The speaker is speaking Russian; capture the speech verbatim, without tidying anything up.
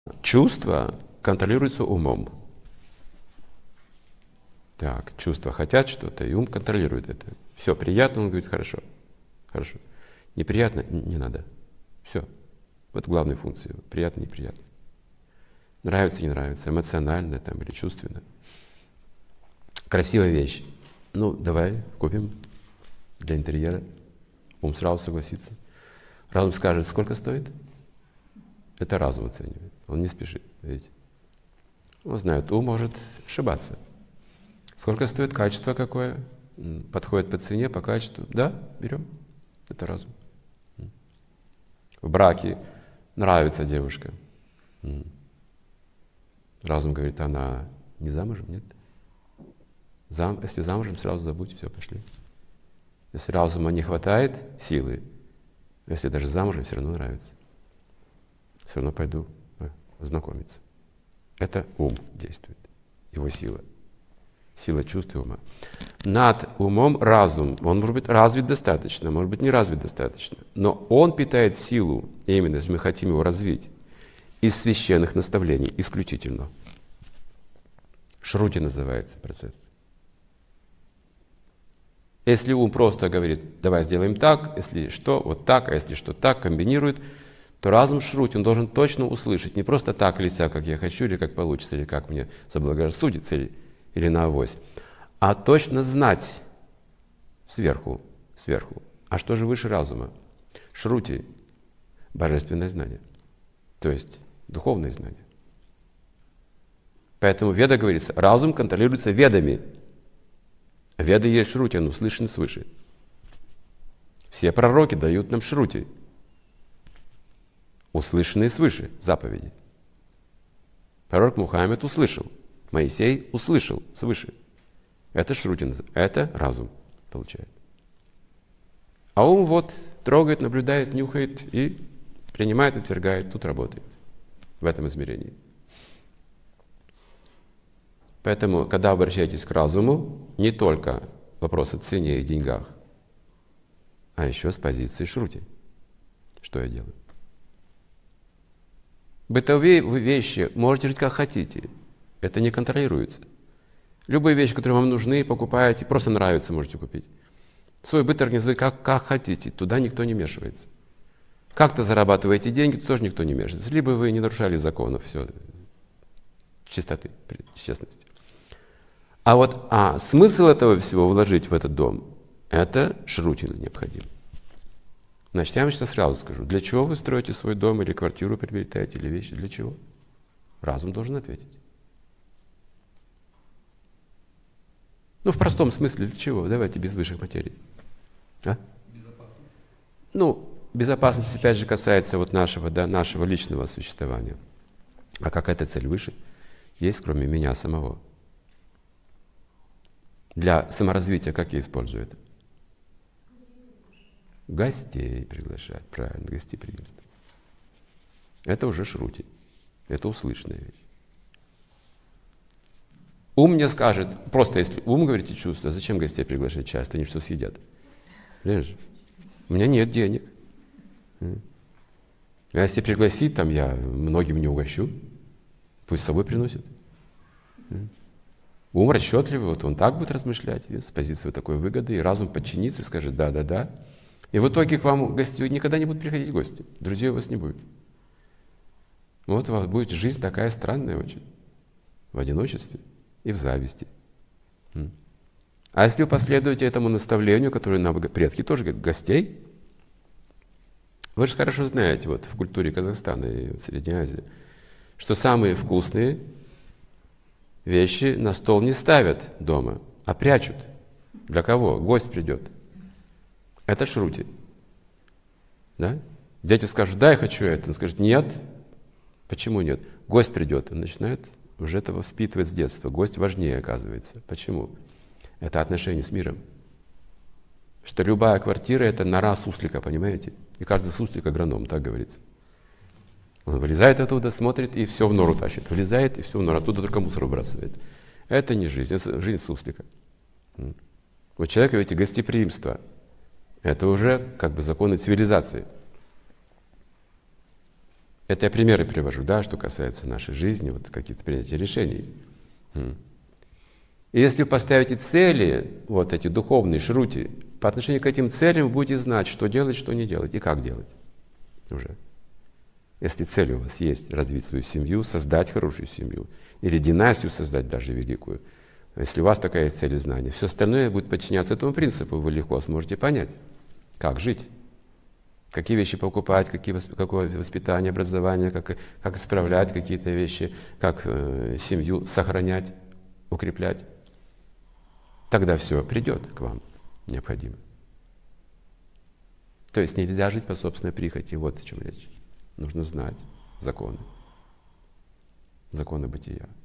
Чувства контролируются умом. Так, чувства хотят что-то, и ум контролирует это. Все, приятно, он говорит, хорошо, хорошо. Неприятно, не надо. Все. Вот главная функция. Приятно, неприятно. Нравится, не нравится, эмоционально там или чувственно. Красивая вещь. Ну, давай купим для интерьера. Ум сразу согласится. Разум скажет, сколько стоит? Это разум оценивает. Он не спешит, видите. Он знает, ум может ошибаться. Сколько стоит, качество какое? Подходит по цене, по качеству. Да, берем. Это разум. В браке нравится девушка. Разум говорит, она не замужем, нет? Зам, если замужем, сразу забудь, все, пошли. Если разума не хватает силы, если даже замужем, все равно нравится. Все равно пойду знакомиться. Это ум действует, его сила. Сила чувств и ума. Над умом разум. Он может быть развит достаточно, может быть не развит достаточно. Но он питает силу, именно если мы хотим его развить, из священных наставлений исключительно. Шрути называется процесс. Если ум просто говорит, давай сделаем так, если что, вот так, а если что так, комбинирует, то разум шрути, он должен точно услышать, не просто так или сяк, как я хочу, или как получится, или как мне заблагорассудится, или, или на авось, а точно знать сверху, сверху. А что же выше разума? Шрути – божественное знание, то есть духовное знание. Поэтому в Ведах говорится, разум контролируется ведами. Веды есть шрути, он услышан свыше. Все пророки дают нам шрути, услышанные свыше заповеди. Пророк Мухаммед услышал, Моисей услышал свыше. Это шрути, это разум получает. А ум вот трогает, наблюдает, нюхает и принимает, отвергает, тут работает, в этом измерении. Поэтому, когда обращаетесь к разуму, не только вопрос о цене и деньгах, а еще с позиции шрути. Что я делаю? Бытовые вещи можете жить как хотите. Это не контролируется. Любые вещи, которые вам нужны, покупаете, просто нравится, можете купить. Свой быт организовать как, как хотите, туда никто не вмешивается. Как-то зарабатываете деньги, туда тоже никто не вмешивается. Либо вы не нарушали законов, все, чистоты, честности. А вот а смысл этого всего вложить в этот дом, это шрути необходимо. Значит, я вам сейчас сразу скажу, для чего вы строите свой дом или квартиру приобретаете, или вещи, для чего? Разум должен ответить. Ну, в простом смысле, для чего? Давайте без высших материй. А? Безопасность. Ну, безопасность, опять же, касается вот нашего, да, нашего личного существования. А какая-то цель выше есть, кроме меня самого? Для саморазвития как я использую это? Гостей приглашать, правильно, гостеприимство. Это уже шрути, это услышанная вещь. Ум мне скажет, просто если ум, говорите, чувство, зачем гостей приглашать часто, они что съедят? Понимаешь? У меня нет денег. А если пригласить, там я многим не угощу, пусть с собой приносят. Ум расчетливый, вот он так будет размышлять, с позиции такой выгоды, и разум подчинится и скажет «да, да, да». И в итоге к вам гости никогда не будут приходить гости, друзей у вас не будет. Вот у вас будет жизнь такая странная очень, в одиночестве и в зависти. А если вы последуете этому наставлению, которое нам предки тоже говорят, гостей, вы же хорошо знаете, вот в культуре Казахстана и в Средней Азии, что самые вкусные вещи на стол не ставят дома, а прячут. Для кого? Гость придет. Это шрути. Да? Дети скажут, да, я хочу это. Он скажет, нет. Почему нет? Гость придет. Он начинает уже это воспитывать с детства. Гость важнее, оказывается. Почему? Это отношение с миром. Что любая квартира — это нора суслика, понимаете? И каждый суслик агроном, так говорится. Он вылезает оттуда, смотрит и все в нору тащит. Вылезает и все в нору, оттуда только мусор выбрасывает. Это не жизнь, это жизнь суслика. У человека эти гостеприимства. Это уже как бы законы цивилизации. Это я примеры привожу, да, что касается нашей жизни, вот какие-то принятия решений. И если вы поставите цели, вот эти духовные шрути, по отношению к этим целям вы будете знать, что делать, что не делать и как делать уже. Если цель у вас есть развить свою семью, создать хорошую семью, или династию создать даже великую, если у вас такая есть цель и знание, все остальное будет подчиняться этому принципу, вы легко сможете понять, как жить, какие вещи покупать, какие, какое воспитание, образование, как, как исправлять какие-то вещи, как э, семью сохранять, укреплять. Тогда все придет к вам необходимо. То есть нельзя жить по собственной прихоти, вот о чем речь. Нужно знать законы, законы бытия.